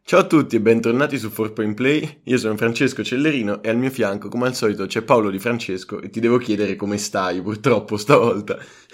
Ciao a tutti e bentornati su 4Point Play, io sono Francesco Cellerino e al mio fianco come al solito c'è Paolo Di Francesco e ti devo chiedere come stai purtroppo stavolta.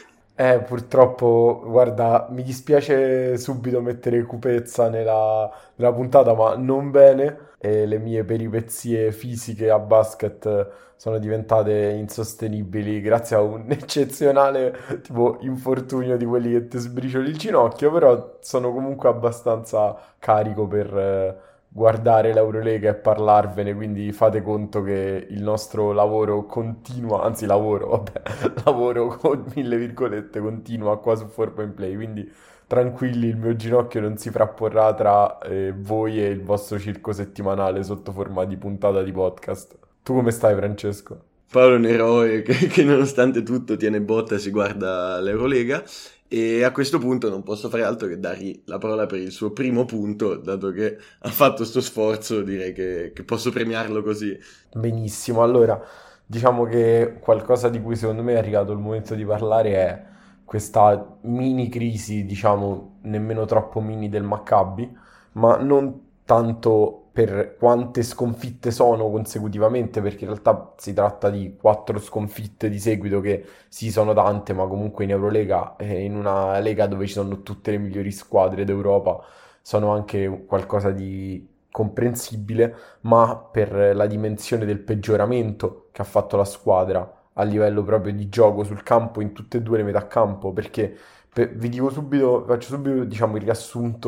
Purtroppo, guarda, mi dispiace subito mettere cupezza nella puntata, ma non bene. E le mie peripezie fisiche a basket sono diventate insostenibili grazie a un eccezionale tipo infortunio di quelli che ti sbricioli il ginocchio, però sono comunque abbastanza carico per guardare l'Eurolega e parlarvene, quindi fate conto che il nostro lavoro continua, anzi lavoro, vabbè, lavoro con mille virgolette, continua qua su 4Point Play, quindi tranquilli, il mio ginocchio non si frapporrà tra voi e il vostro circo settimanale sotto forma di puntata di podcast. Tu come stai, Francesco? Paolo è un eroe che nonostante tutto tiene botta e si guarda l'Eurolega e a questo punto non posso fare altro che dargli la parola per il suo primo punto, dato che ha fatto sto sforzo, direi che posso premiarlo così. Benissimo, allora diciamo che qualcosa di cui secondo me è arrivato il momento di parlare è questa mini crisi, diciamo nemmeno troppo mini del Maccabi, ma non tanto per quante sconfitte sono consecutivamente, perché in realtà si tratta di quattro sconfitte di seguito che sì sono tante, ma comunque in Eurolega, in una lega dove ci sono tutte le migliori squadre d'Europa, sono anche qualcosa di comprensibile, ma per la dimensione del peggioramento che ha fatto la squadra a livello proprio di gioco sul campo in tutte e due le metà campo, perché vi dico subito, faccio subito diciamo il riassunto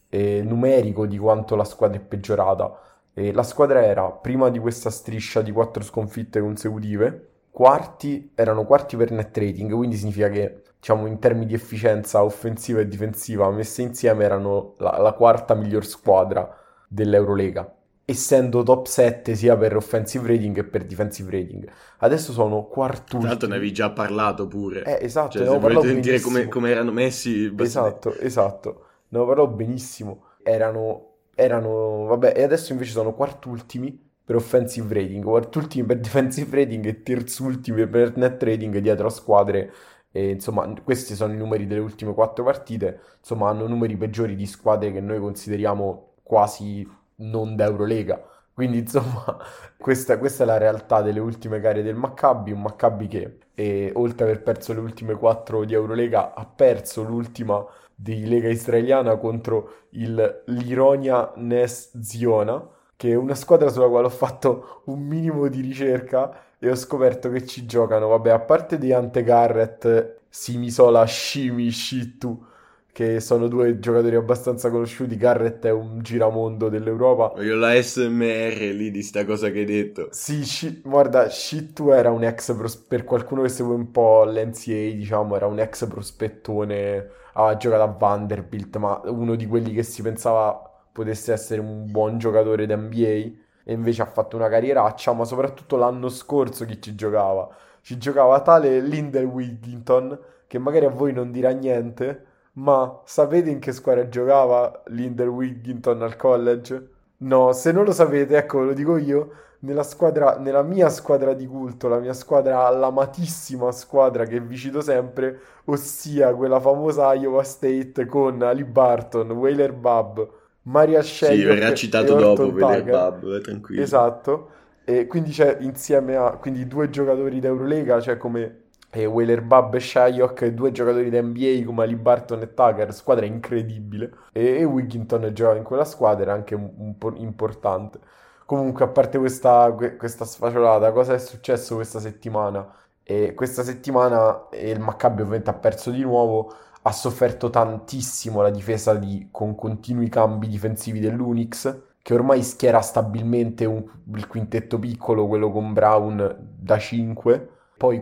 numerico di quanto la squadra è peggiorata. La squadra era, prima di questa striscia di quattro sconfitte consecutive, erano quarti per net rating, quindi significa che diciamo in termini di efficienza offensiva e difensiva messe insieme erano la quarta miglior squadra dell'Eurolega, essendo top 7 sia per offensive rating che per defensive rating. Adesso sono Tra l'altro ne quartultimi. avevi già parlato pure, Esatto, cioè ne se avevo volete parlato sentire benissimo. come erano messi, basta. Esatto, ne avevo parlato benissimo. Vabbè, e adesso invece sono quartultimi per offensive rating, quartultimi per defensive rating e terzultimi per net rating dietro a squadre. E, insomma, questi sono i numeri delle ultime quattro partite. Insomma, hanno numeri peggiori di squadre che noi consideriamo quasi non da Eurolega. Quindi, insomma, questa è la realtà delle ultime gare del Maccabi. Un Maccabi che, oltre ad aver perso le ultime quattro di Eurolega, ha perso l'ultima di Lega Israeliana contro l'Ironia Ness Ziona, che è una squadra sulla quale ho fatto un minimo di ricerca e ho scoperto che ci giocano, vabbè, a parte di Ante Garrett, Simisola, Shimi, Shittu, che sono due giocatori abbastanza conosciuti. Garrett è un giramondo dell'Europa. Voglio la SMR lì di sta cosa che hai detto. Sì, guarda, Shittu era un per qualcuno che segue un po' l'NCAA, diciamo, era un ex prospettone, aveva giocato a Vanderbilt, ma uno di quelli che si pensava potesse essere un buon giocatore d'NBA e invece ha fatto una carrieraccia, ma soprattutto l'anno scorso chi ci giocava? Ci giocava tale Lindell Wigginton, che magari a voi non dirà niente, ma sapete in che squadra giocava Lindell Wigginton al college? No, se non lo sapete, ecco, ve lo dico io, nella mia squadra di culto, la mia squadra, l'amatissima squadra che vi cito sempre, ossia quella famosa Iowa State con Ali Barton, Wailer Bubb, Maria Sì, verrà Shayok e citato dopo, Horton Wheeler Tucker, Bub, tranquillo. esatto, e quindi c'è insieme a quindi due giocatori d'Eurolega, cioè come Wailer Bubb e Shayok, e due giocatori da NBA come Ali Barton e Tucker, squadra incredibile, e Wigginton giocava in quella squadra, era anche un po' importante. Comunque, a parte questa sfacciolata, cosa è successo questa settimana? Questa settimana il Maccabi ovviamente ha perso di nuovo, ha sofferto tantissimo la difesa con continui cambi difensivi dell'Unix, che ormai schiera stabilmente il quintetto piccolo, quello con Brown da 5, poi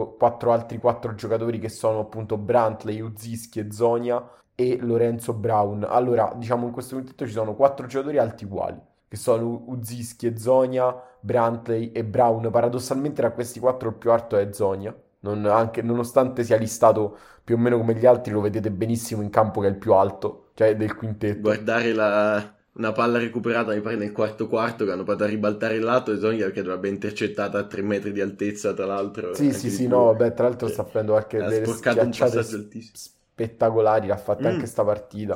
altri 4 giocatori che sono appunto Brantley, Uziski e Zonia e Lorenzo Brown. Allora, diciamo in questo quintetto ci sono 4 giocatori alti uguali, che sono Uziski e Zonia, Brantley e Brown. Paradossalmente tra questi 4 il più alto è Zonia, nonostante sia listato più o meno come gli altri, lo vedete benissimo in campo che è il più alto, cioè del quintetto. Guardare una palla recuperata, mi pare nel quarto quarto, che hanno provato a ribaltare il lato e Zonia che l'avrebbe intercettata a 3 metri di altezza, tra l'altro, Sì, sì, anche di sì, no, più. vabbè, tra l'altro Cioè, sta facendo anche ha delle sporcato un schiacciate passaggio altissimo. spettacolari, l'ha fatta anche Mm. sta partita.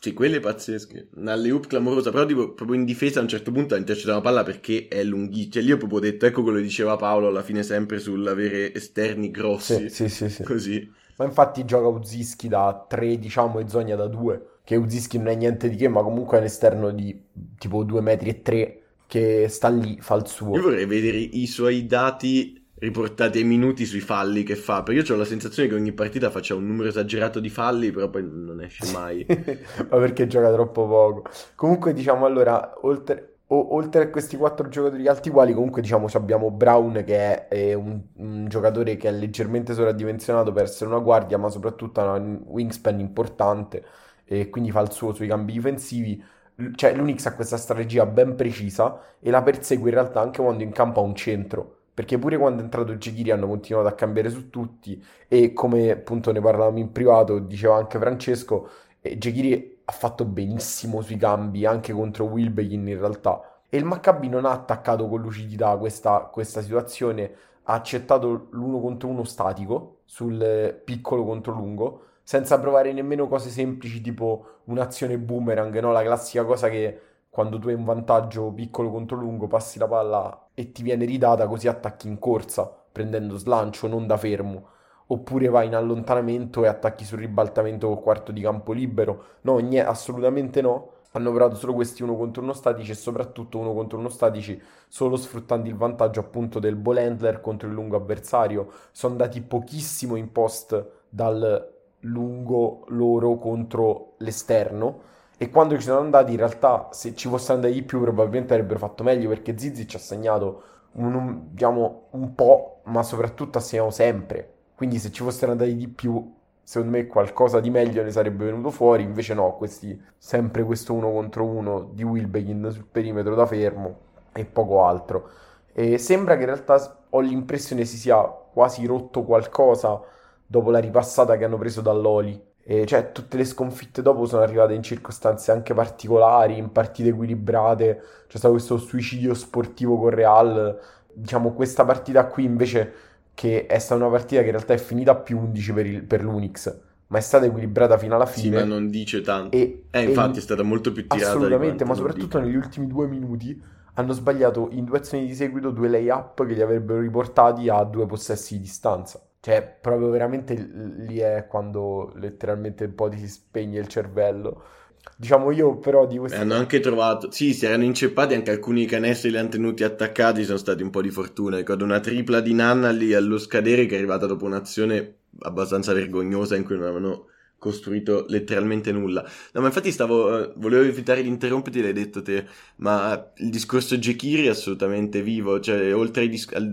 Sì, quelle pazzesche. Una alley-oop clamorosa, però tipo, proprio in difesa a un certo punto ha intercettato la palla perché è lunghissima. Cioè lì ho proprio detto, ecco quello che diceva Paolo alla fine sempre sull'avere esterni Sì, grossi, sì, sì, sì. così. Ma infatti gioca Uziski da 3, diciamo, e Zogna da 2, che Uziski non è niente di che, ma comunque è un esterno di tipo 2 metri e 3 che sta lì, fa il Io suo. vorrei vedere i suoi dati riportati ai minuti sui falli che fa, perché io ho la sensazione che ogni partita faccia un numero esagerato di falli, però poi non esce mai. Ma perché gioca troppo poco. Comunque, diciamo, allora, oltre a questi 4 giocatori alti quali, comunque, diciamo, ci abbiamo Brown che è un giocatore che è leggermente sovradimensionato per essere una guardia, ma soprattutto ha un wingspan importante e quindi fa il suo sui cambi difensivi. Cioè, l'Unix ha questa strategia ben precisa e la persegue in realtà anche quando in campo ha un centro. Perché pure quando è entrato Gigiri hanno continuato a cambiare su tutti e come appunto ne parlavamo in privato, diceva anche Francesco, Gigiri ha fatto benissimo sui cambi anche contro Wilbekin in realtà. E il Maccabi non ha attaccato con lucidità questa situazione, ha accettato l'uno contro uno statico sul piccolo contro lungo, senza provare nemmeno cose semplici tipo un'azione boomerang, no? La classica cosa che quando tu hai un vantaggio piccolo contro lungo passi la palla e ti viene ridata così attacchi in corsa, prendendo slancio, non da fermo. Oppure vai in allontanamento e attacchi sul ribaltamento col quarto di campo libero. No, assolutamente no. Hanno provato solo questi uno contro uno statici e soprattutto uno contro uno statici solo sfruttando il vantaggio appunto del ball handler contro il lungo avversario. Sono andati pochissimo in post dal lungo loro contro l'esterno e quando ci sono andati in realtà se ci fossero andati di più probabilmente avrebbero fatto meglio perché Zizi ci ha segnato diciamo, un po' ma soprattutto ha segnato sempre. Quindi se ci fossero andati di più secondo me qualcosa di meglio ne sarebbe venuto fuori, invece no, sempre questo uno contro uno di Wilbekin sul perimetro da fermo e poco altro. E sembra che in realtà ho l'impressione si sia quasi rotto qualcosa dopo la ripassata che hanno preso dall'Oli. E cioè tutte le sconfitte dopo sono arrivate in circostanze anche particolari, in partite equilibrate, c'è stato questo suicidio sportivo con Real, diciamo questa partita qui invece che è stata una partita che in realtà è finita a più 11 per l'Unix, ma è stata equilibrata fino alla Sì, ma fine non dice tanto. e Infatti è stata molto più tirata di assolutamente, quanto ma non soprattutto dica. negli ultimi 2 minuti hanno sbagliato in 2 azioni di seguito 2 layup che li avrebbero riportati a 2 possessi di distanza. Cioè, proprio veramente lì è quando letteralmente un po' ti si spegne il cervello. Diciamo io però di E questi... hanno anche trovato, sì, si erano inceppati, anche alcuni canestri li hanno tenuti attaccati, sono stati un po' di fortuna. Ricordo una tripla di Nanna lì allo scadere che è arrivata dopo un'azione abbastanza vergognosa in cui non avevano costruito letteralmente nulla. No, ma infatti volevo evitare di interromperti, l'hai detto te, ma il discorso Jekiri è assolutamente vivo, cioè oltre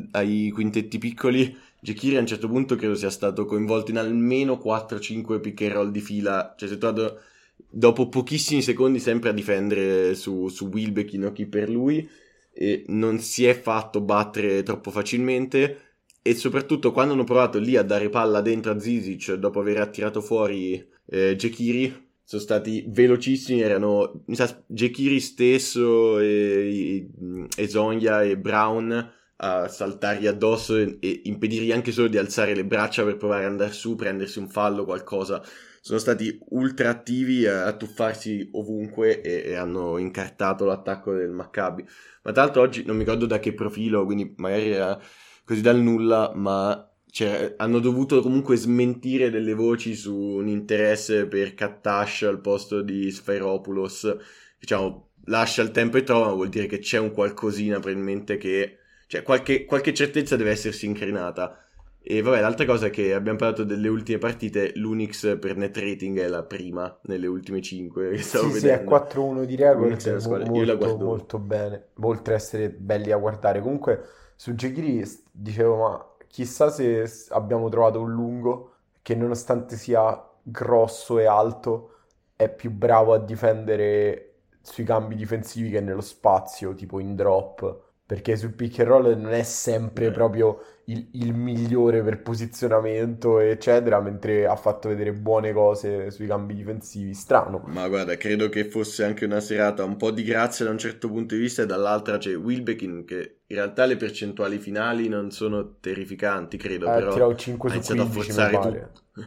ai quintetti piccoli, Jekiri a un certo punto credo sia stato coinvolto in almeno 4-5 pick and roll di fila, cioè si è trovato dopo pochissimi secondi sempre a difendere su Wilbekin o chi per lui e non si è fatto battere troppo facilmente e soprattutto quando hanno provato lì a dare palla dentro a Zizic dopo aver attirato fuori Jekiri sono stati velocissimi, erano Jekiri stesso e Zonja e Brown a saltargli addosso e impedirgli anche solo di alzare le braccia per provare ad andare su, prendersi un fallo, qualcosa. Sono stati ultra attivi a tuffarsi ovunque e hanno incartato l'attacco del Maccabi. Ma tra l'altro oggi non mi ricordo da che profilo, quindi magari era così dal nulla, ma hanno dovuto comunque smentire delle voci su un interesse per Kattash al posto di Sfairopoulos. Diciamo, lascia il tempo e trova, ma vuol dire che c'è un qualcosina probabilmente che... Cioè, qualche certezza deve essersi incrinata. E vabbè, l'altra cosa è che abbiamo parlato delle ultime partite, l'Unix per net rating è la prima nelle ultime 5 che stavo Sì, sì, è vedendo. 4-1 di L'Unix record, è una squadra, io la molto, guardo. molto bene, oltre a essere belli a guardare. Comunque, su Jekiri dicevo, ma chissà se abbiamo trovato un lungo che nonostante sia grosso e alto, è più bravo a difendere sui cambi difensivi che nello spazio, tipo in drop. Perché sul pick and roll non è sempre Eh. proprio il migliore per posizionamento, eccetera, mentre ha fatto vedere buone cose sui cambi difensivi. Strano. Ma guarda, credo che fosse anche una serata un po' di grazia da un certo punto di vista e dall'altra c'è Wilbekin che in realtà le percentuali finali non sono terrificanti, credo, Ha però tirato 5 ha su iniziato a 15, mi forzare pare. tutto.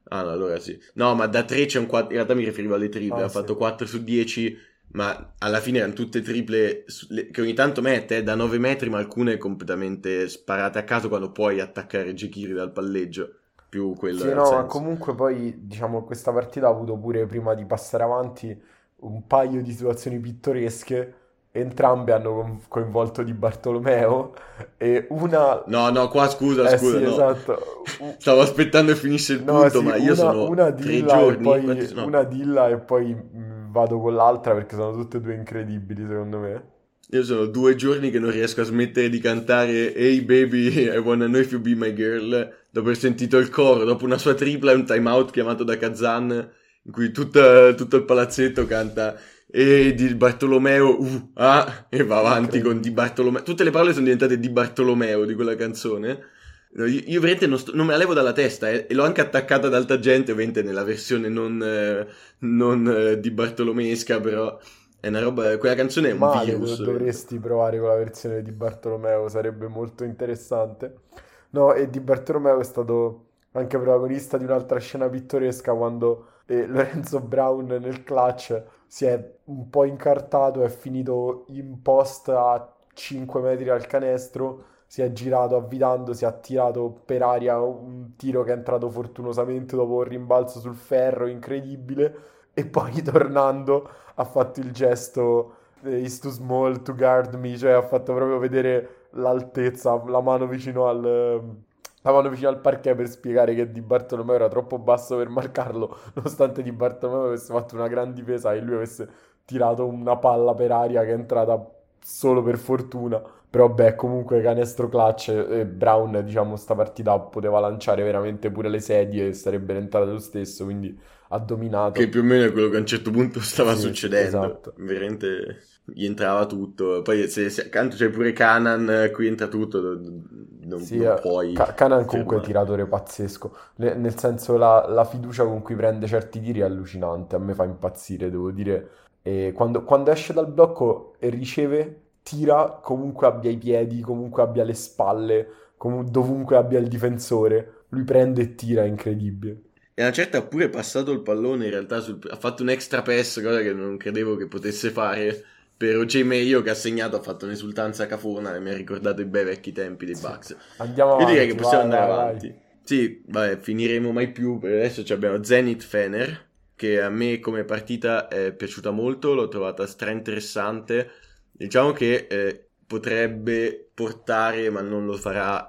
Ah, no, allora sì. No, ma da 3 c'è un 4. In realtà mi riferivo alle triple. Ha Sì. fatto 4 su 10, ma alla fine erano tutte triple che ogni tanto mette da 9 metri, ma alcune completamente sparate a caso quando puoi attaccare Jekiri dal palleggio. Più quello Sì, era il no, ma senso. comunque poi, diciamo, questa partita ha avuto pure, prima di passare avanti, un paio di situazioni pittoresche. Entrambe hanno coinvolto Di Bartolomeo e una... No, no, qua Eh scusa, sì, no. esatto. Stavo aspettando che finisse il No, punto, sì, ma io sono una 3 Dilla e giorni. poi No, una Dilla e poi vado con l'altra perché sono tutte e due incredibili, secondo me. io sono 2 giorni che non riesco a smettere di cantare Hey baby, I wanna know if you be my girl. Dopo aver sentito il coro, dopo una sua tripla e un time out chiamato da Kazan, in cui tutto il palazzetto canta E di Bartolomeo, e va avanti con Di Incredibile. Bartolomeo. Tutte le parole sono diventate Di Bartolomeo di quella canzone. No, io veramente non me la levo dalla testa, e l'ho anche attaccata ad alta gente, ovviamente nella versione non di Bartolomesca, però è una roba, quella canzone è un Male, virus, veramente. dovresti provare con la versione di Bartolomeo, sarebbe molto interessante. No, e di Bartolomeo è stato anche protagonista di un'altra scena pittoresca quando Lorenzo Brown nel clutch si è un po' incartato, è finito in post a 5 metri dal canestro, si è girato avvitando, si è attirato per aria un tiro che è entrato fortunosamente dopo un rimbalzo sul ferro incredibile e poi tornando ha fatto il gesto is too small to guard me, cioè ha fatto proprio vedere l'altezza, la mano vicino al parquet per spiegare che Di Bartolomeo era troppo basso per marcarlo, nonostante Di Bartolomeo avesse fatto una gran difesa e lui avesse tirato una palla per aria che è entrata solo per fortuna. Però beh, comunque canestro clutch e Brown, diciamo, sta partita poteva lanciare veramente pure le sedie e sarebbe entrato lo stesso, quindi ha Che dominato. più o meno è quello che a un certo punto stava Sì, sì, succedendo. esatto. Veramente gli entrava tutto. Poi se accanto c'è pure Canan, qui entra tutto, Sì, non puoi Kanan comunque è un fermare. tiratore pazzesco, nel senso la fiducia con cui prende certi tiri è allucinante, a me fa impazzire, devo dire. E quando esce dal blocco e riceve, tira comunque abbia i piedi, comunque abbia le spalle, dovunque abbia il difensore, lui prende e tira, è incredibile. E a una certa ha pure passato il pallone, in realtà ha fatto un extra pass, cosa che non credevo che potesse fare, per O.J. Mayo che ha segnato, ha fatto un'esultanza cafona e mi ha ricordato i bei vecchi tempi dei Sì. Bucks. Andiamo Io direi che avanti, possiamo vai, andare vai, vai. avanti. Sì, vabbè, finiremo mai più, per adesso abbiamo Zenit Fener, che a me come partita è piaciuta molto, l'ho trovata stra-interessante. Diciamo che potrebbe portare, ma non lo farà,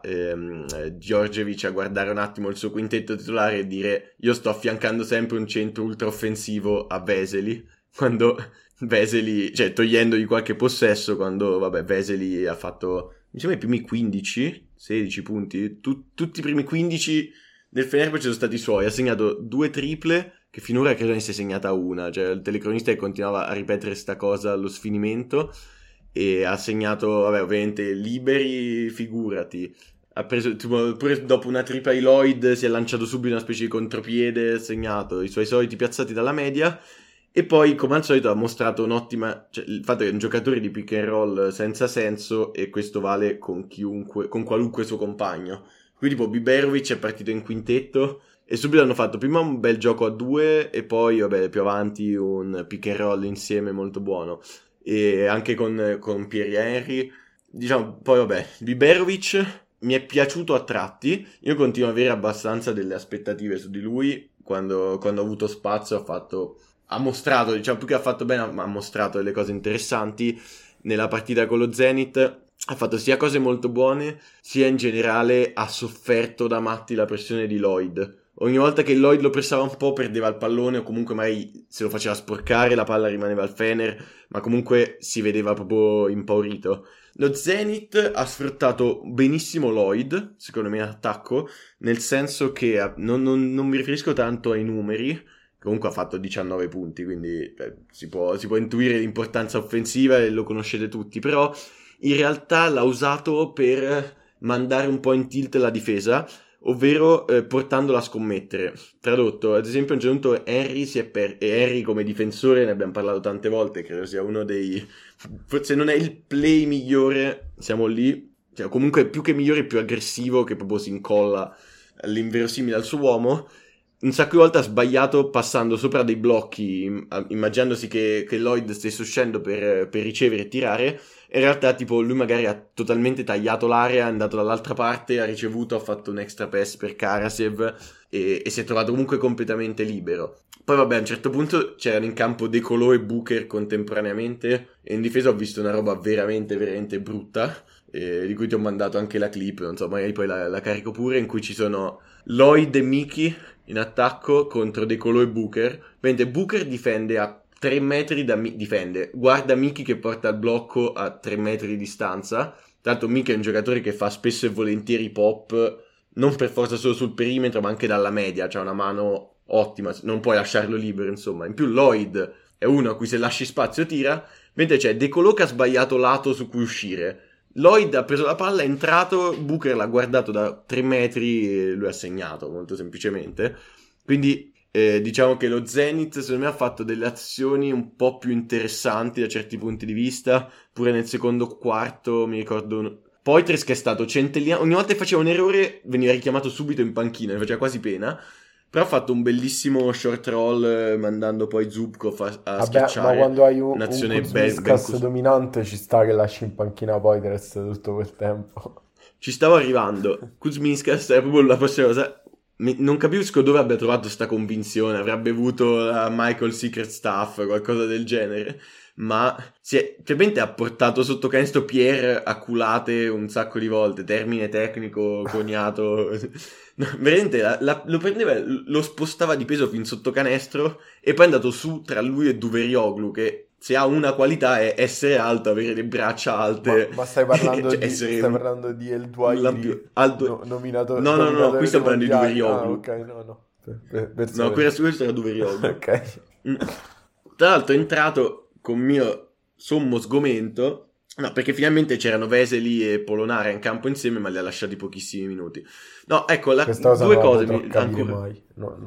Djordjevic a guardare un attimo il suo quintetto titolare e dire io sto affiancando sempre un centro ultra offensivo a Vesely, quando Vesely, cioè togliendogli qualche possesso, quando vabbè Vesely ha fatto mi sembra i primi 15, 16 punti, tutti i primi 15 del Fenerbahce sono stati suoi, ha segnato 2 triple che finora credo ne sia segnata una, cioè il telecronista che continuava a ripetere sta cosa allo sfinimento e ha segnato, vabbè, ovviamente liberi, figurati. Ha preso, pure dopo una tripla di Lloyd si è lanciato subito una specie di contropiede, ha segnato i suoi soliti piazzati dalla media e poi, come al solito, ha mostrato un'ottima, cioè il fatto che è un giocatore di pick and roll senza senso e questo vale con chiunque, con qualunque suo compagno. Qui tipo Biberovic è partito in quintetto e subito hanno fatto prima un bel gioco a due e poi, vabbè, più avanti un pick and roll insieme molto buono. E anche con Pierre Henry. Diciamo, poi vabbè, Biberovic mi è piaciuto a tratti. Io continuo ad avere abbastanza delle aspettative su di lui. Quando ha avuto spazio ha mostrato, diciamo più che ha fatto bene, ma ha mostrato delle cose interessanti. Nella partita con lo Zenit ha fatto sia cose molto buone, sia in generale ha sofferto da matti la pressione di Lloyd. Ogni volta che Lloyd lo pressava un po' perdeva il pallone o comunque magari se lo faceva sporcare la palla rimaneva al Fener, ma comunque si vedeva proprio impaurito. Lo Zenit ha sfruttato benissimo Lloyd, secondo me in attacco, nel senso che non mi riferisco tanto ai numeri, comunque ha fatto 19 punti, quindi si può intuire l'importanza offensiva e lo conoscete tutti, però in realtà l'ha usato per mandare un po' in tilt la difesa, ovvero portandola a scommettere. Tradotto, ad esempio a un certo punto Henry e Henry come difensore ne abbiamo parlato tante volte, credo sia uno dei, forse non è il play migliore, siamo lì, cioè, comunque più che migliore più aggressivo, che proprio si incolla all'inverosimile al suo uomo. un sacco di volte ha sbagliato passando sopra dei blocchi, immaginandosi che Lloyd stesse uscendo per ricevere e tirare. In realtà, tipo, lui magari ha totalmente tagliato l'area, è andato dall'altra parte, ha ricevuto, ha fatto un extra pass per Karasev e si è trovato comunque completamente libero. Poi vabbè, a un certo punto c'erano in campo De Colo e Booker contemporaneamente e in difesa ho visto una roba veramente, veramente brutta, di cui ti ho mandato anche la clip, non so, magari poi la carico pure, in cui ci sono Lloyd e Mickey in attacco contro De Colo e Booker, mentre Booker difende a 3 metri difende, guarda Mickey che porta il blocco a 3 metri di distanza. Tanto Mickey è un giocatore che fa spesso e volentieri pop, non per forza solo sul perimetro ma anche dalla media, c'ha una mano ottima, non puoi lasciarlo libero insomma. In più Lloyd è uno a cui se lasci spazio tira, mentre c'è De Colo che ha sbagliato lato su cui uscire. Lloyd ha preso la palla, è entrato, Booker l'ha guardato da 3 metri e lui ha segnato molto semplicemente. Quindi diciamo che lo Zenit secondo me ha fatto delle azioni un po' più interessanti da certi punti di vista, pure nel secondo quarto mi ricordo Poitras che è stato centelliano, ogni volta che faceva un errore veniva richiamato subito in panchina, mi faceva quasi pena, però ha fatto un bellissimo short roll mandando poi Zubkov a Vabbè, ma schiacciare, quando hai un un'azione Kuzmiskas dominante ci sta che lasci in panchina Poitras tutto quel tempo. Ci stavo arrivando, Kuzmiskas è proprio la prossima cosa. Non capisco dove abbia trovato sta convinzione, avrà bevuto la Michael Secret Stuff, qualcosa del genere, ma chiaramente ha portato sotto canestro Pierre a culate un sacco di volte, termine tecnico coniato, no, veramente lo prendeva, lo spostava di peso fin sotto canestro e poi è andato su tra lui e Duverioglu che se ha una qualità è essere alto, avere le braccia alte. Ma stai parlando cioè, stai parlando di El Duairi, nominato No, qui stiamo parlando di Duverioglu. Ok, no. No, questo era Duverioglu. Ok. Tra l'altro è entrato con mio sommo sgomento, no, perché finalmente c'erano Vesely e Polonara in campo insieme, ma li ha lasciati pochissimi minuti. No, ecco, due cose ancora. Mai.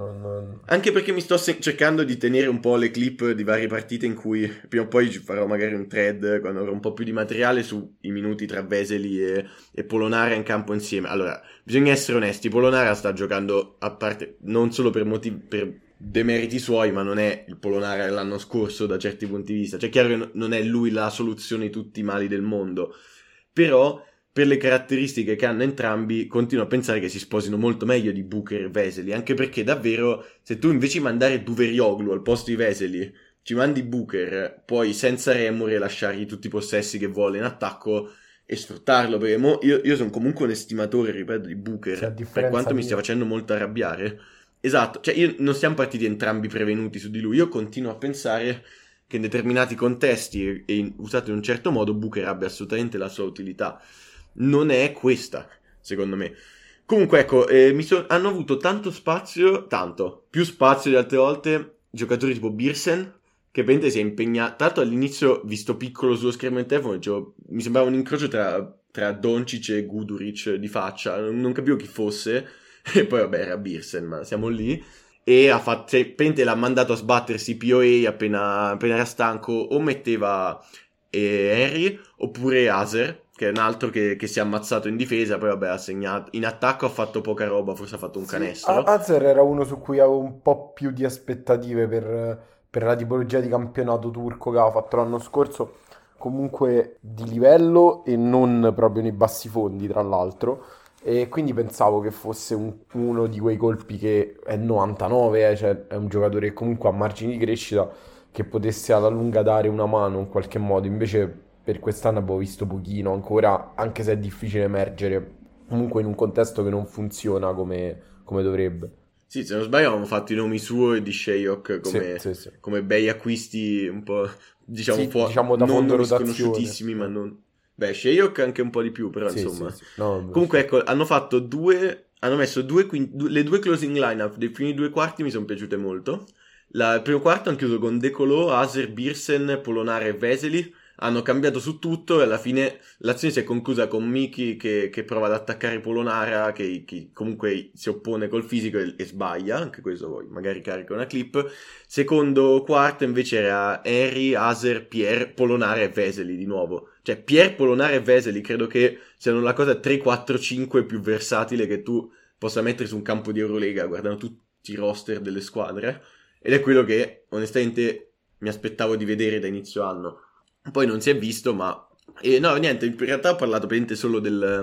No. Anche perché mi sto cercando di tenere un po' le clip di varie partite in cui prima o poi farò magari un thread quando avrò un po' più di materiale sui minuti tra Vesely e Polonara in campo insieme. Allora, bisogna essere onesti, Polonara sta giocando a parte non solo per demeriti suoi, ma non è il Polonara dell'anno scorso da certi punti di vista. Cioè, chiaro che non è lui la soluzione di tutti i mali del mondo, però per le caratteristiche che hanno entrambi continuo a pensare che si sposino molto meglio di Booker e Vesely, anche perché davvero se tu invece di mandare Duverioglu al posto di Vesely ci mandi Booker, poi senza remore lasciargli tutti i possessi che vuole in attacco e sfruttarlo, perché io sono comunque un estimatore, ripeto, di Booker, per quanto mi stia facendo molto arrabbiare. Esatto, cioè non siamo partiti entrambi prevenuti su di lui, io continuo a pensare che in determinati contesti e usato in un certo modo Booker abbia assolutamente la sua utilità. Non è questa, secondo me. Comunque ecco, hanno avuto tanto spazio, più spazio di altre volte, giocatori tipo Birsen, che penso si è impegnato, tanto all'inizio, visto piccolo sullo schermo del telefono, mi sembrava un incrocio tra Doncic e Guduric di faccia, non capivo chi fosse, e poi vabbè era Birsen, ma siamo lì. E Pente l'ha mandato a sbattersi POA appena era stanco, o metteva Henry oppure Haser, che è un altro che si è ammazzato in difesa, poi vabbè ha segnato, in attacco ha fatto poca roba, forse ha fatto un canestro. Haser era uno su cui avevo un po' più di aspettative per la tipologia di campionato turco che aveva fatto l'anno scorso, comunque di livello e non proprio nei bassi fondi tra l'altro. E quindi pensavo che fosse uno di quei colpi che è 99, cioè è un giocatore che comunque ha margini di crescita, che potesse alla lunga dare una mano in qualche modo. Invece per quest'anno abbiamo visto pochino ancora, anche se è difficile emergere comunque in un contesto che non funziona come dovrebbe. Sì, se non sbaglio avevamo fatto i nomi suoi e di Shayok sì. come bei acquisti un po', diciamo, diciamo da non fondo sconosciutissimi, ma non... Beh, Shayok anche un po' di più, però insomma. Sì. No, comunque ecco, hanno messo le due closing lineup dei primi due quarti mi sono piaciute molto. Il primo quarto hanno chiuso con De Colo, Haser, Birsen, Polonara e Vesely. Hanno cambiato su tutto e alla fine l'azione si è conclusa con Miki che prova ad attaccare Polonara, che comunque si oppone col fisico e sbaglia, anche questo poi magari carica una clip. Secondo quarto invece era Henry, Haser, Pierre, Polonara e Vesely di nuovo. Cioè Pierre, Polonara e Vesely credo che siano la cosa 3-4-5 più versatile che tu possa mettere su un campo di Eurolega, guardano tutti i roster delle squadre, ed è quello che onestamente mi aspettavo di vedere da inizio anno. Poi non si è visto, ma no, niente, in realtà ho parlato praticamente solo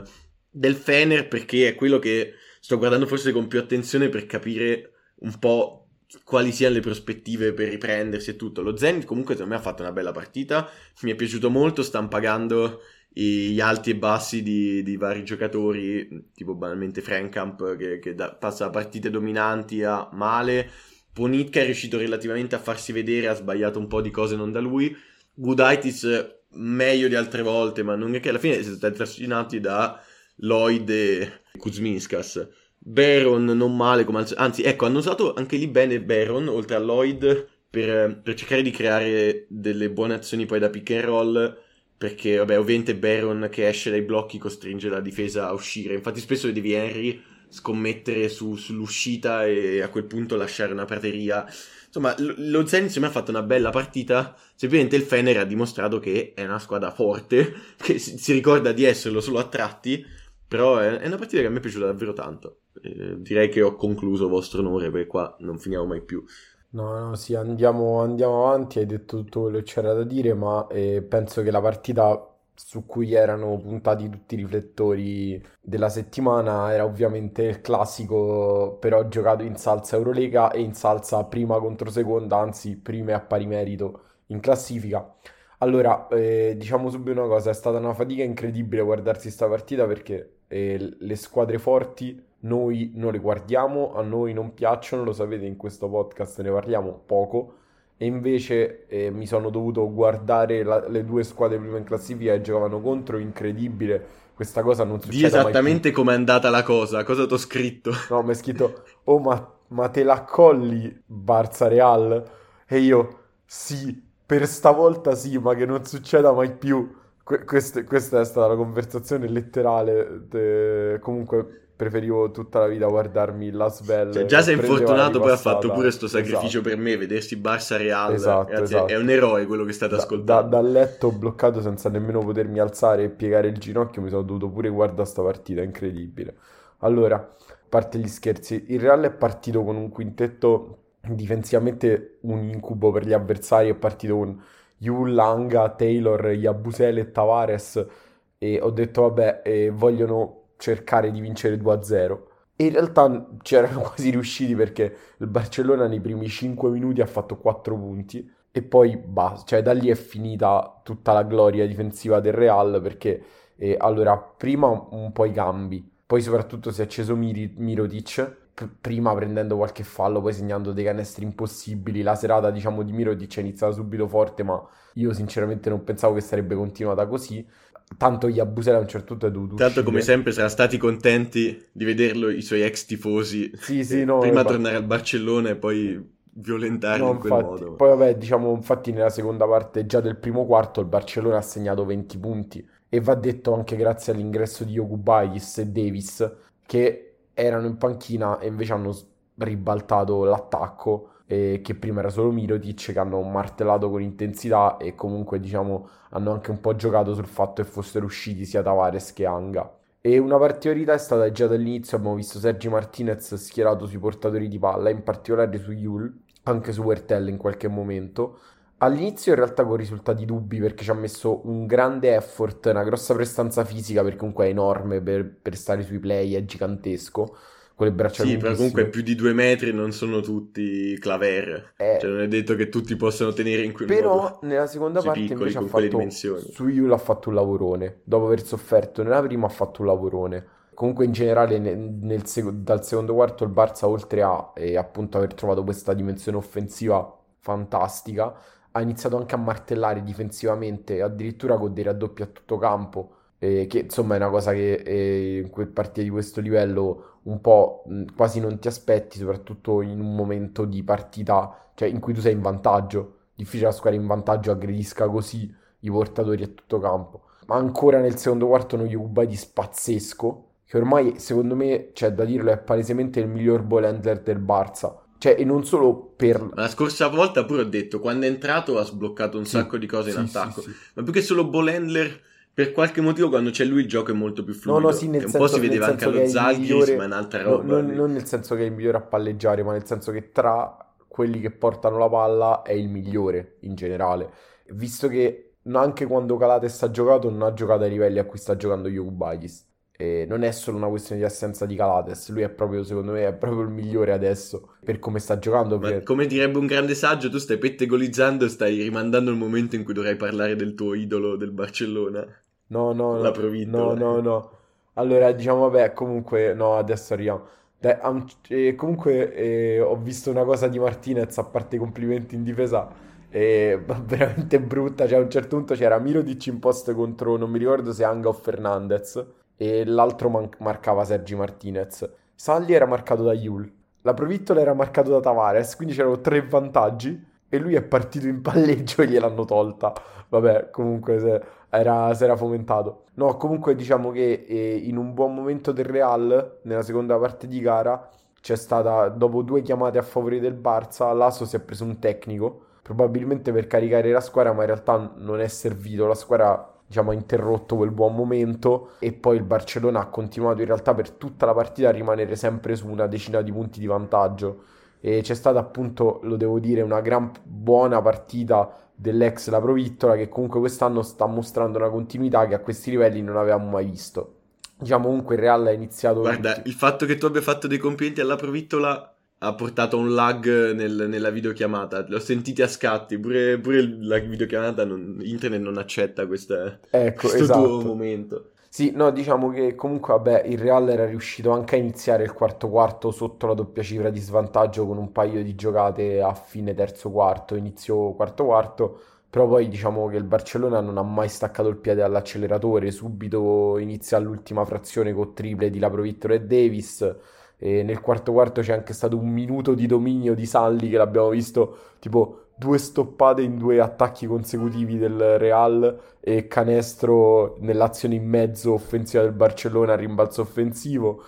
del Fener, perché è quello che sto guardando forse con più attenzione per capire un po' quali siano le prospettive per riprendersi e tutto. Lo Zenit comunque secondo me ha fatto una bella partita, mi è piaciuto molto, stanno pagando gli alti e bassi di vari giocatori, tipo banalmente Frankamp che passa da partite dominanti a male, Ponitka è riuscito relativamente a farsi vedere, ha sbagliato un po' di cose non da lui, Gudaitis meglio di altre volte, ma non è che alla fine siete stati trascinati da Lloyd e Kuzminskas. Baron non male, anzi ecco, hanno usato anche lì bene Baron oltre a Lloyd per cercare di creare delle buone azioni poi da pick and roll, perché vabbè ovviamente Baron che esce dai blocchi costringe la difesa a uscire, infatti spesso devi Henry scommettere sull'uscita e a quel punto lasciare una prateria. Insomma, lo Zenit secondo me ha fatto una bella partita, semplicemente il Fener ha dimostrato che è una squadra forte, che si ricorda di esserlo solo a tratti, però è una partita che a me è piaciuta davvero tanto. Direi che ho concluso, vostro onore, perché qua non finiamo mai più. No, sì, andiamo avanti, hai detto tutto quello che c'era da dire, ma penso che la partita su cui erano puntati tutti i riflettori della settimana era ovviamente il classico, però giocato in salsa Eurolega e in salsa prima contro seconda, anzi prime a pari merito in classifica. Allora, diciamo subito una cosa, è stata una fatica incredibile guardarsi questa partita perché le squadre forti noi non le guardiamo, a noi non piacciono, lo sapete, in questo podcast ne parliamo poco e invece mi sono dovuto guardare le due squadre prima in classifica e giocavano contro, incredibile, questa cosa non Di succede mai più. esattamente com'è andata la cosa t'ho scritto. No, mi è scritto, oh ma te la colli Barça Real? E io, sì, per stavolta sì, ma che non succeda mai più. Questa è stata la conversazione letterale. Comunque preferivo tutta la vita guardarmi l'Asvel Cioè, già e sei prendeva la infortunato, poi ha fatto pure ripassata. sto sacrificio Esatto, per me, vedersi Barça Real. esatto, Ragazzi, è un esatto. eroe quello che state ascoltando. Dal letto bloccato senza nemmeno potermi alzare e piegare il ginocchio, mi sono dovuto pure guardare sta partita, incredibile. Allora, a parte gli scherzi, il Real è partito con un quintetto difensivamente un incubo per gli avversari, è partito con Yul, Langa, Taylor, Yabusele e Tavares e ho detto vabbè, vogliono cercare di vincere 2-0. E in realtà c'erano quasi riusciti perché il Barcellona nei primi 5 minuti ha fatto 4 punti e poi basta, cioè da lì è finita tutta la gloria difensiva del Real perché allora prima un po' i cambi, poi soprattutto si è acceso Mirotic, prima prendendo qualche fallo, poi segnando dei canestri impossibili. La serata diciamo di Mirotic è iniziata subito forte, ma io sinceramente non pensavo che sarebbe continuata così. Tanto gli Yabusele a un certo punto è dovuto Tanto come uscire. sempre saranno stati contenti di vederlo i suoi ex tifosi Sì, sì, no, prima tornare al Barcellona e poi violentarli no, in quel infatti, modo. poi vabbè, diciamo, infatti nella seconda parte già del primo quarto il Barcellona ha segnato 20 punti e va detto anche grazie all'ingresso di Jokubaitis e Davis che erano in panchina e invece hanno ribaltato l'attacco che prima era solo Mirotic che hanno martellato con intensità e comunque diciamo hanno anche un po' giocato sul fatto che fossero usciti sia Tavares che Anga. E una particolarità è stata già dall'inizio, abbiamo visto Sergi Martinez schierato sui portatori di palla, in particolare su Yul, anche su Wertel in qualche momento. All'inizio in realtà con risultati dubbi perché ci ha messo un grande effort, una grossa prestanza fisica perché comunque è enorme per stare sui play, è gigantesco, con le braccia Sì, però comunque lunghissime. più di 2 metri non sono tutti claver. Cioè non è detto che tutti possano tenere in quel modo Però nella seconda così parte piccoli invece ha con quelle fatto, dimensioni. su Yul ha fatto un lavorone, dopo aver sofferto nella prima ha fatto un lavorone. Comunque in generale dal secondo quarto il Barça oltre a appunto aver trovato questa dimensione offensiva fantastica, ha iniziato anche a martellare difensivamente, addirittura con dei raddoppi a tutto campo, che insomma è una cosa che in quelle partite di questo livello un po' quasi non ti aspetti, soprattutto in un momento di partita, cioè in cui tu sei in vantaggio. Difficile la squadra in vantaggio aggredisca così i portatori a tutto campo. Ma ancora nel secondo quarto uno Jokubaitis pazzesco, che ormai secondo me, c'è da dirlo, è palesemente il miglior ball handler del Barça. Cioè, e non solo per... Ma la scorsa volta pure ho detto, quando è entrato ha sbloccato un Sì, sacco di cose in sì, sì, attacco, sì. ma più che solo ball handler, per qualche motivo quando c'è lui il gioco è molto più No, fluido. sì, E un po' si vedeva anche che è allo il Zalgiris, migliore, ma è un'altra roba. non nel senso che è il migliore a palleggiare, ma nel senso che tra quelli che portano la palla è il migliore in generale. Visto che anche quando Calates ha giocato, non ha giocato ai livelli a cui sta giocando Jokubaitis. E non è solo una questione di assenza di Calates, lui è proprio, secondo me, è proprio il migliore adesso per come sta giocando. Ma come direbbe un grande saggio, tu stai pettegolizzando e stai rimandando il momento in cui dovrai parlare del tuo idolo del Barcellona, No, no, la no, no, Provittola. no, no. Allora, diciamo, vabbè, comunque, no, adesso arriviamo. Dai, comunque, ho visto una cosa di Martinez, a parte i complimenti in difesa, veramente brutta. Cioè, a un certo punto c'era Mirotic in post contro, non mi ricordo se Anga o Fernandez, e l'altro marcava Sergi Martinez. Salli era marcato da Yul, la Provittola era marcato da Tavares, quindi c'erano tre vantaggi, e lui è partito in palleggio e gliel'hanno tolta. Vabbè, comunque si era fomentato. No, comunque diciamo che in un buon momento del Real, nella seconda parte di gara, c'è stata, dopo due chiamate a favore del Barça, Laso si è preso un tecnico, probabilmente per caricare la squadra, ma in realtà non è servito. La squadra, diciamo, ha interrotto quel buon momento e poi il Barcellona ha continuato in realtà per tutta la partita a rimanere sempre su una decina di punti di vantaggio. E c'è stata appunto, lo devo dire, una gran buona partita dell'ex La Provittola, che comunque quest'anno sta mostrando una continuità che a questi livelli non avevamo mai visto. Diciamo comunque il Real ha iniziato Guarda, il fatto che tu abbia fatto dei complimenti alla Provittola ha portato a un lag nella videochiamata. L'ho sentiti a scatti, pure la videochiamata, internet non accetta Ecco, questo tuo esatto. momento. Sì, no, diciamo che comunque, vabbè, il Real era riuscito anche a iniziare il quarto quarto sotto la doppia cifra di svantaggio con un paio di giocate a fine terzo quarto, inizio quarto quarto, però poi diciamo che il Barcellona non ha mai staccato il piede dall'acceleratore, subito inizia all'ultima frazione con triple di Laprovittola e Davis, e nel quarto quarto c'è anche stato un minuto di dominio di Salli che l'abbiamo visto tipo due stoppate in due attacchi consecutivi del Real e canestro nell'azione in mezzo offensiva del Barcellona, rimbalzo offensivo.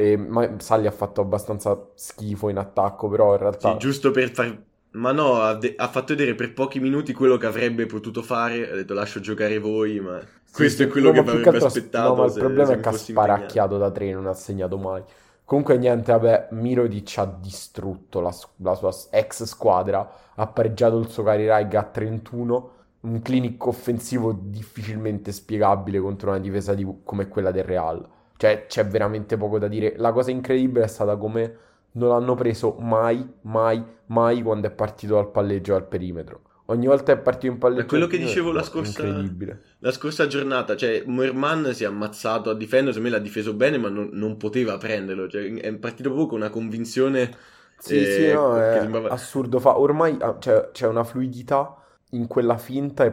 Ma Salli ha fatto abbastanza schifo in attacco, però in Sì, realtà giusto per far... Ma no, ha fatto vedere per pochi minuti quello che avrebbe potuto fare. Ha detto lascio giocare voi, ma sì, questo è sì, quello no, che ma mi più che avrebbe altro no, ma aspettato il se problema è mi che ha fossi impegnato. sparacchiato da tre, non ha segnato mai. Comunque niente, vabbè, Mirotic ha distrutto la sua ex squadra, ha pareggiato il suo Carirag a 31, un clinic offensivo difficilmente spiegabile contro una difesa come quella del Real. Cioè, c'è veramente poco da dire. La cosa incredibile è stata come non l'hanno preso mai, mai, mai quando è partito dal palleggio al perimetro. Ogni volta che è partito in Ma palleggio al quello che perimetro, dicevo no, incredibile. la scorsa giornata, cioè Moerman si è ammazzato a difendere, secondo me l'ha difeso bene, ma non poteva prenderlo, cioè è partito proprio con una convinzione Sì, sì, no, che è sembrava... assurdo. Ormai c'è una fluidità in quella finta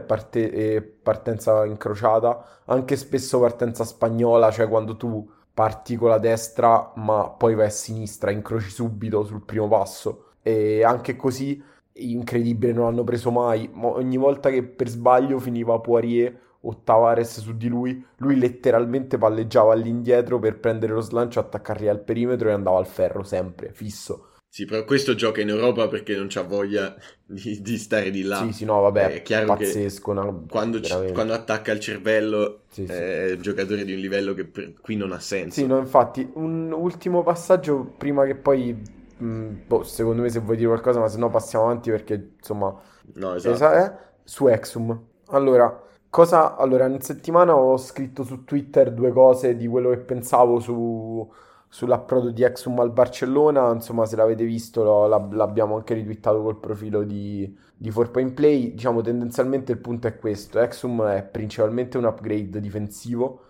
e partenza incrociata, anche spesso partenza spagnola, cioè quando tu parti con la destra ma poi vai a sinistra, incroci subito sul primo passo. E anche così, incredibile, non hanno preso mai. Ogni volta che per sbaglio finiva Poirier o Tavares su di lui letteralmente palleggiava all'indietro per prendere lo slancio, attaccarli al perimetro e andava al ferro, sempre, fisso. Sì, però questo gioca in Europa perché non c'ha voglia di stare di Sì, là. sì, no, vabbè, È chiaro che pazzesco, quando veramente. attacca il cervello Sì, sì. è un giocatore di un livello che qui non ha Sì, senso. no, infatti, un ultimo passaggio prima che poi, boh, secondo me se vuoi dire qualcosa, ma se no passiamo avanti perché, insomma, No, esatto. su Exum. Allora, allora, in settimana ho scritto su Twitter due cose di quello che pensavo sull'approdo di Exum al Barcellona, insomma, se l'avete visto, l'abbiamo anche ritwittato col profilo di 4Point Play. Diciamo, tendenzialmente il punto è questo, Exum è principalmente un upgrade difensivo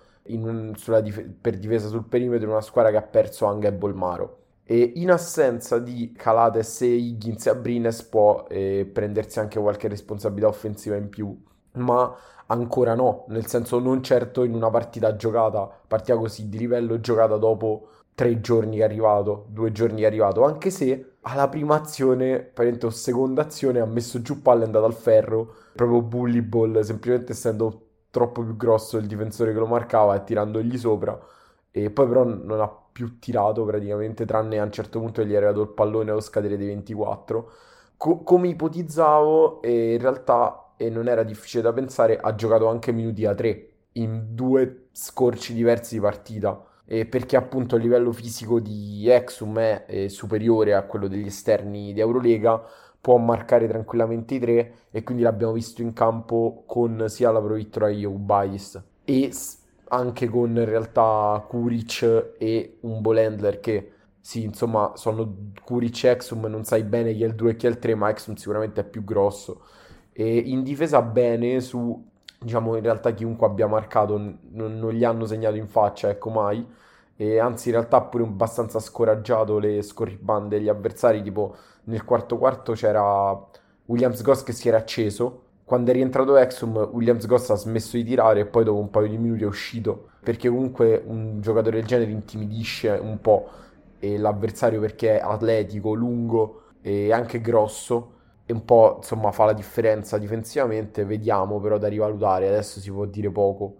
per difesa sul perimetro in una squadra che ha perso anche a Bolmaro. E in assenza di Calates e Higgins e Abrines può prendersi anche qualche responsabilità offensiva in più, ma ancora no, nel senso non certo in una partita così di livello giocata dopo 3 giorni che è arrivato, 2 giorni che è arrivato, anche se alla prima azione, praticamente o seconda azione, ha messo giù palla e è andato al ferro, proprio bully ball, semplicemente essendo troppo più grosso il difensore che lo marcava e tirandogli sopra. E poi però non ha più tirato praticamente, tranne a un certo punto gli è arrivato il pallone allo scadere dei 24. Come ipotizzavo, in realtà, e non era difficile da pensare, ha giocato anche minuti a 3 in due scorci diversi di partita. E perché appunto il livello fisico di Exum è superiore a quello degli esterni di Eurolega, può marcare tranquillamente i tre e quindi l'abbiamo visto in campo con sia la Provittola che Ubais e anche con in realtà Kuric e un Bolendler che sì, insomma, sono Kuric e Exum, non sai bene chi è il 2 e chi è il 3, ma Exum sicuramente è più grosso. E in difesa bene su, diciamo, in realtà chiunque abbia marcato non gli hanno segnato in faccia, ecco mai. E anzi, in realtà pure abbastanza scoraggiato le scorribande degli avversari, tipo nel quarto quarto c'era Williams Goss che si era acceso. Quando è rientrato Exum, Williams Goss ha smesso di tirare e poi dopo un paio di minuti è uscito. Perché comunque un giocatore del genere intimidisce un po' e l'avversario perché è atletico, lungo e anche grosso e un po' insomma fa la differenza difensivamente. Vediamo però da rivalutare, adesso si può dire poco.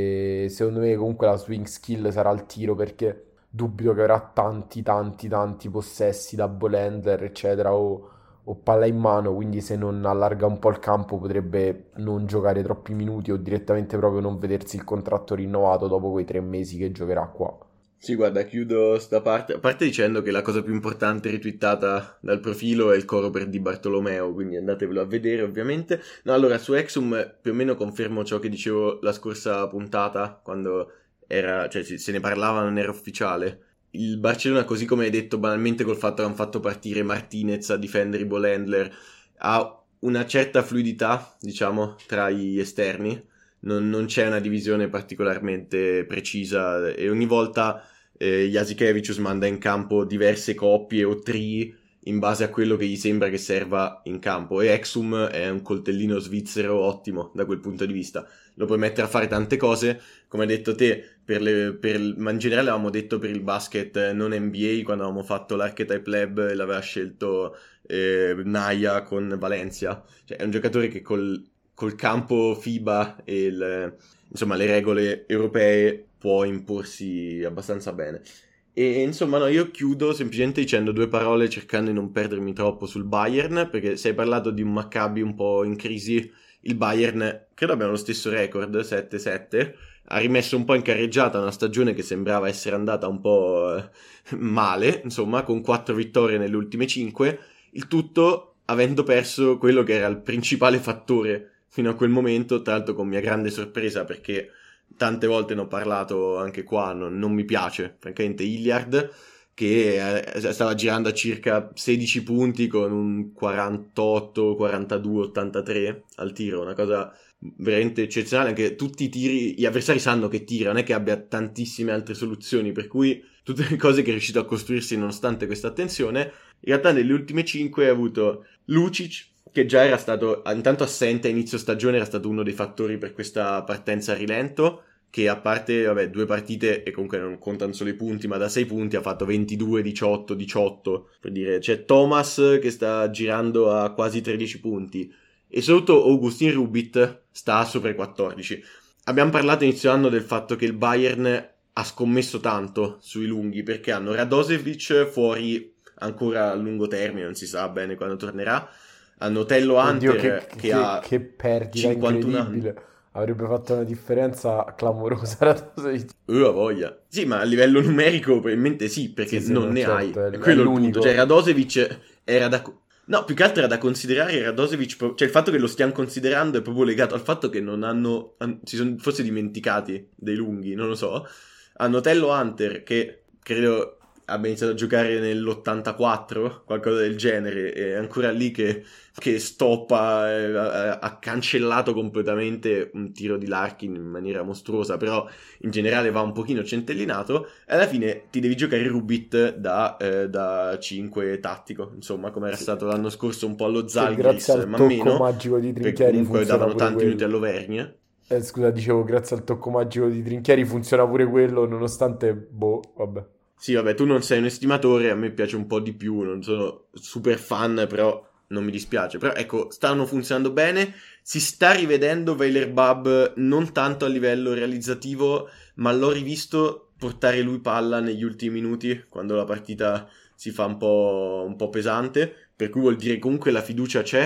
E secondo me comunque la swing skill sarà al tiro perché dubito che avrà tanti possessi da Bolender eccetera o palla in mano, quindi se non allarga un po' il campo potrebbe non giocare troppi minuti o direttamente proprio non vedersi il contratto rinnovato dopo quei 3 mesi che giocherà qua. Sì, guarda, chiudo sta parte, a parte dicendo che la cosa più importante ritwittata dal profilo è il coro per Di Bartolomeo, quindi andatevelo a vedere ovviamente. No, allora, su Exum più o meno confermo ciò che dicevo la scorsa puntata, quando era, cioè se ne parlava non era ufficiale. Il Barcellona, così come hai detto banalmente col fatto che hanno fatto partire Martinez a difendere i Bolendler, ha una certa fluidità, diciamo, tra gli esterni. Non c'è una divisione particolarmente precisa e ogni volta Jasikevicius manda in campo diverse coppie o tri in base a quello che gli sembra che serva in campo e Exum è un coltellino svizzero ottimo da quel punto di vista, lo puoi mettere a fare tante cose come hai detto te ma in generale avevamo detto per il basket non NBA quando avevamo fatto l'Archetype Lab e l'aveva scelto Naya con Valencia, cioè è un giocatore che col campo FIBA e insomma le regole europee può imporsi abbastanza bene. E insomma no, io chiudo semplicemente dicendo due parole cercando di non perdermi troppo sul Bayern, perché se hai parlato di un Maccabi un po' in crisi, il Bayern credo abbia lo stesso record, 7-7, ha rimesso un po' in carreggiata una stagione che sembrava essere andata un po' male, insomma, con 4 vittorie nelle ultime 5, il tutto avendo perso quello che era il principale fattore fino a quel momento, tra l'altro con mia grande sorpresa perché tante volte ne ho parlato anche qua, non mi piace francamente Hilliard che stava girando a circa 16 punti con un 48, 42, 83 al tiro, una cosa veramente eccezionale, anche tutti i tiri, gli avversari sanno che tira, non è che abbia tantissime altre soluzioni, per cui tutte le cose che è riuscito a costruirsi nonostante questa attenzione, in realtà nelle ultime 5 ha avuto Lucic, che già era stato intanto assente a inizio stagione, era stato uno dei fattori per questa partenza a rilento, che a parte, vabbè, 2 partite e comunque non contano solo i punti, ma da 6 punti ha fatto 22, 18, 18, per dire, c'è Thomas che sta girando a quasi 13 punti e sotto Augustin Rubit sta sopra i 14. Abbiamo parlato inizio anno del fatto che il Bayern ha scommesso tanto sui lunghi perché hanno Radosevic fuori ancora a lungo termine, non si sa bene quando tornerà, hanno Tello Oddio, Hunter che ha che perdita 51 anni. incredibile. Avrebbe fatto una differenza clamorosa Radosevic. Ha voglia. Sì, ma a livello numerico probabilmente sì, perché Sì, non no, ne certo, hai. è È quello il punto. l'unico. Cioè, Radosevic era da... No, più che altro era da considerare Radosevic... Cioè, il fatto che lo stiamo considerando è proprio legato al fatto che non hanno... Si sono forse dimenticati dei lunghi, non lo so. Hanno Tello Hunter, che credo abbia iniziato a giocare nell'84, qualcosa del genere, è ancora lì che stoppa, ha cancellato completamente un tiro di Larkin in maniera mostruosa, però in generale va un pochino centellinato, e alla fine ti devi giocare Rubit da 5 tattico, insomma, come era Sì. stato l'anno scorso un po' allo Che Zalgiris, grazie al ma tocco meno, magico di perché Trinchieri comunque funziona davano pure tanti minuti quello. all'Auvergne. Scusa, dicevo, grazie al tocco magico di Trinchieri funziona pure quello, nonostante, boh, vabbè. Sì, vabbè, tu non sei un estimatore, a me piace un po' di più, non sono super fan, però non mi dispiace. Però ecco, stanno funzionando bene, si sta rivedendo Weiler-Bab non tanto a livello realizzativo, ma l'ho rivisto portare lui palla negli ultimi minuti, quando la partita si fa un po' pesante, per cui vuol dire comunque la fiducia c'è.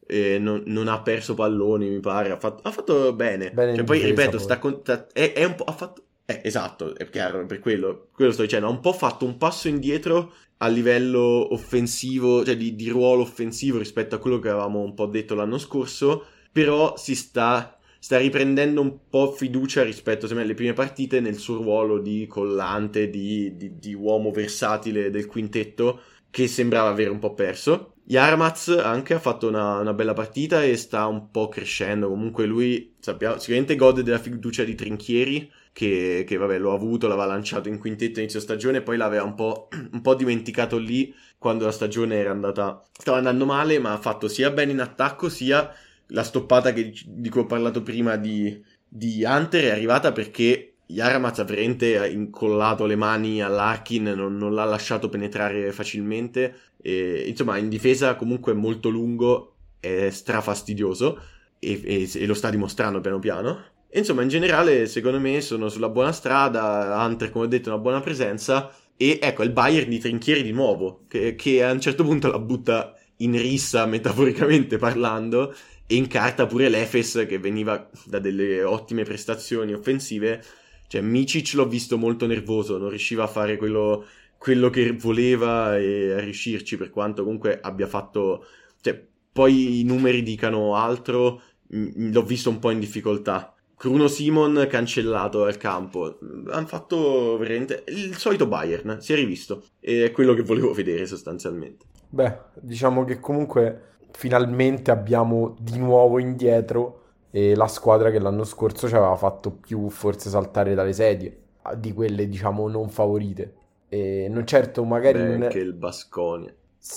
non ha perso palloni, mi pare, ha fatto bene. Bene Cioè, in poi difesa, ripeto, poi. è un po', ha fatto, esatto, è chiaro, per quello sto dicendo, ha un po' fatto un passo indietro a livello offensivo, cioè di ruolo offensivo rispetto a quello che avevamo un po' detto l'anno scorso, però sta riprendendo un po' fiducia rispetto alle prime partite nel suo ruolo di collante, di uomo versatile del quintetto, che sembrava avere un po' perso. Yarmaz anche ha fatto una bella partita e sta un po' crescendo. Comunque lui, sappiamo, sicuramente gode della fiducia di Trinchieri, che vabbè lo ha avuto, l'aveva lanciato in quintetto inizio stagione, poi l'aveva un po' dimenticato lì quando la stagione stava andando male, ma ha fatto sia bene in attacco sia la stoppata di cui ho parlato prima di Hunter è arrivata perché Yaramaz ha veramente incollato le mani all'Arkin, non l'ha lasciato penetrare facilmente. E, insomma, in difesa comunque è molto lungo, è strafastidioso e lo sta dimostrando piano piano. E, insomma, in generale, secondo me sono sulla buona strada. Hunter, come ho detto, è una buona presenza. E ecco, il Bayern di Trinchieri di nuovo, che a un certo punto la butta in rissa, metaforicamente parlando, e in carta pure l'Efes, che veniva da delle ottime prestazioni offensive. Cioè Micic l'ho visto molto nervoso, non riusciva a fare quello che voleva e a riuscirci, per quanto comunque abbia fatto, cioè poi i numeri dicano altro. L'ho visto un po' in difficoltà. Bruno Simon cancellato dal campo, hanno fatto veramente il solito Bayern, si è rivisto, e è quello che volevo vedere sostanzialmente. Beh, diciamo che comunque finalmente abbiamo di nuovo indietro la squadra che l'anno scorso ci aveva fatto più forse saltare dalle sedie, di quelle diciamo non favorite. E non certo, magari Beh, non anche è... il Baskonia.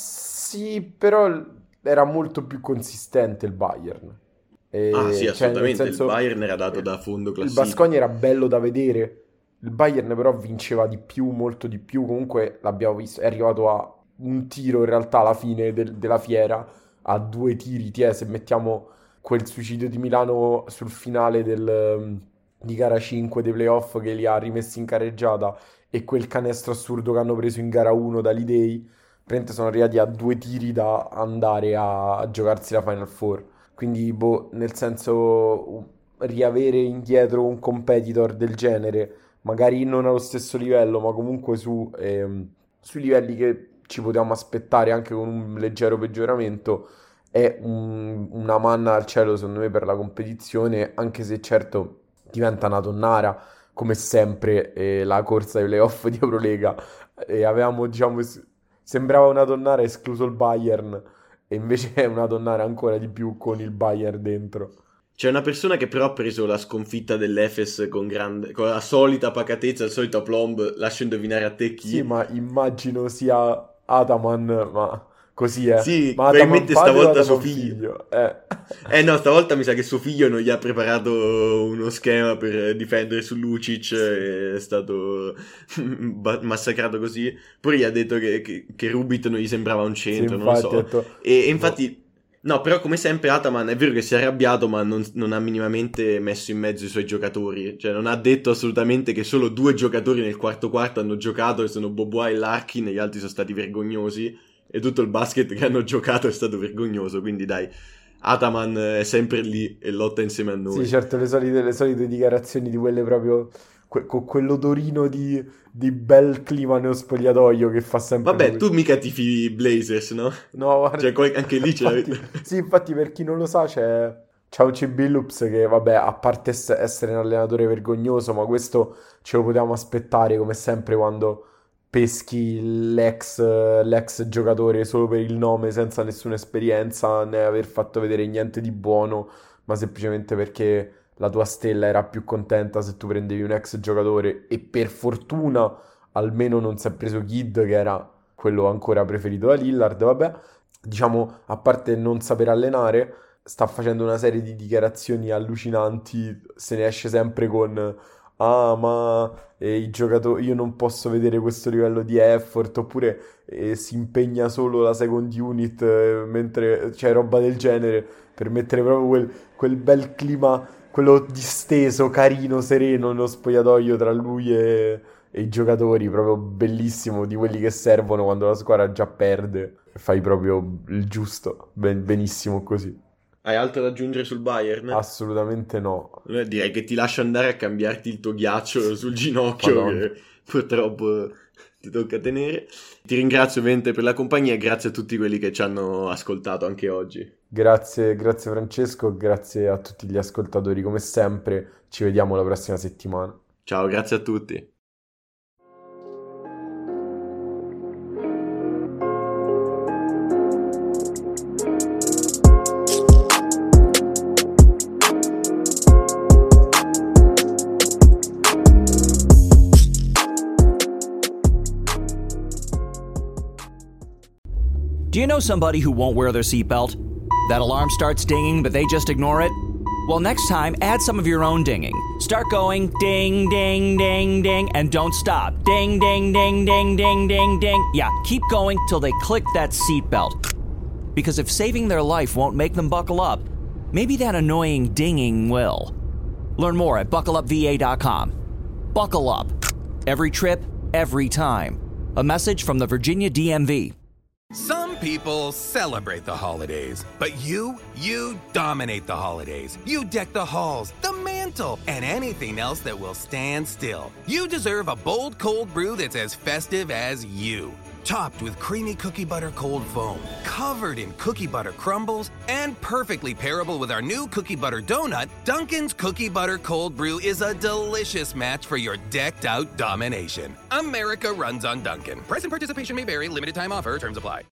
Sì, però era molto più consistente il Bayern. Ah sì, Cioè, nel assolutamente, il senso, Bayern era dato da fondo il classifica. Baskonia era bello da vedere, il Bayern però vinceva di più, molto di più. Comunque l'abbiamo visto, è arrivato a un tiro in realtà alla fine della fiera, a due tiri. Se mettiamo quel suicidio di Milano sul finale di gara 5 dei playoff che li ha rimessi in carreggiata e quel canestro assurdo che hanno preso in gara 1 da Lidei, praticamente sono arrivati a due tiri da andare a giocarsi la Final Four. Quindi, boh, nel senso, riavere indietro un competitor del genere, magari non allo stesso livello, ma comunque sui livelli che ci potevamo aspettare anche con un leggero peggioramento, è una manna al cielo, secondo me, per la competizione, anche se certo diventa una tonnara, come sempre, la corsa ai playoff di Eurolega. E avevamo, diciamo, sembrava una tonnara escluso il Bayern, e invece è una tonnara ancora di più con il Bayern dentro. C'è una persona che però ha preso la sconfitta dell'Efes con la solita pacatezza, il solito aplomb, lascio indovinare a te Sì, chi. ma immagino sia Ataman, ma così è. Sì, Ma Ataman probabilmente padre o stavolta suo Ataman figlio. figlio? No, stavolta mi sa che suo figlio non gli ha preparato uno schema per difendere su Lucic, è stato massacrato così. Poi gli ha detto che Rubit non gli sembrava un Sì, centro, non lo infatti, ho so. detto, E boh, infatti, no, però come sempre Ataman è vero che si è arrabbiato, ma non ha minimamente messo in mezzo i suoi giocatori. Cioè non ha detto assolutamente che solo due giocatori nel quarto quarto hanno giocato, che sono Bobois e Larkin, e gli altri sono stati vergognosi. E tutto il basket che hanno giocato è stato vergognoso, quindi dai, Ataman è sempre lì e lotta insieme a sì, noi. certo, le solite dichiarazioni di quelle proprio, con quell'odorino di bel clima nello spogliatoio che fa sempre Vabbè, lui. tu mica tifi i Blazers, no? No, Cioè, guarda, anche lì ce l'avete. infatti, sì, infatti per chi non lo sa c'è un CB Billups che, vabbè, a parte essere un allenatore vergognoso, ma questo ce lo potevamo aspettare come sempre quando peschi l'ex giocatore solo per il nome, senza nessuna esperienza né aver fatto vedere niente di buono, ma semplicemente perché la tua stella era più contenta se tu prendevi un ex giocatore e per fortuna almeno non si è preso Kidd che era quello ancora preferito da Lillard, vabbè, diciamo, a parte non saper allenare, sta facendo una serie di dichiarazioni allucinanti, se ne esce sempre con ah, ma i giocatori, io non posso vedere questo livello di effort, oppure si impegna solo la second unit, mentre c'è roba del genere, per mettere proprio quel bel clima, quello disteso, carino, sereno nello spogliatoio tra lui e i giocatori, proprio bellissimo, di quelli che servono quando la squadra già perde. fai proprio il giusto, benissimo così. Hai altro da aggiungere sul Bayern? Assolutamente no. Direi che ti lascio andare a cambiarti il tuo ghiaccio sul ginocchio, Madonna. che purtroppo ti tocca tenere. Ti ringrazio ovviamente per la compagnia e grazie a tutti quelli che ci hanno ascoltato anche oggi. Grazie Francesco, grazie a tutti gli ascoltatori come sempre, ci vediamo la prossima settimana. Ciao, grazie a tutti. Do you know somebody who won't wear their seatbelt? That alarm starts dinging, but they just ignore it? Well, next time, add some of your own dinging. Start going ding, ding, ding, ding, and don't stop. Ding, ding, ding, ding, ding, ding, ding. Yeah, keep going till they click that seatbelt. Because if saving their life won't make them buckle up, maybe that annoying dinging will. Learn more at buckleupva.com. Buckle up. Every trip, every time. A message from the Virginia DMV. Some people celebrate the holidays, but you dominate the holidays. You deck the halls, the mantle, and anything else that will stand still. You deserve a bold cold brew that's as festive as you. Topped with creamy cookie butter cold foam, covered in cookie butter crumbles, and perfectly pairable with our new cookie butter donut, Dunkin's Cookie Butter Cold Brew is a delicious match for your decked out domination. America runs on Dunkin'. Price and participation may vary. Limited time offer. Terms apply.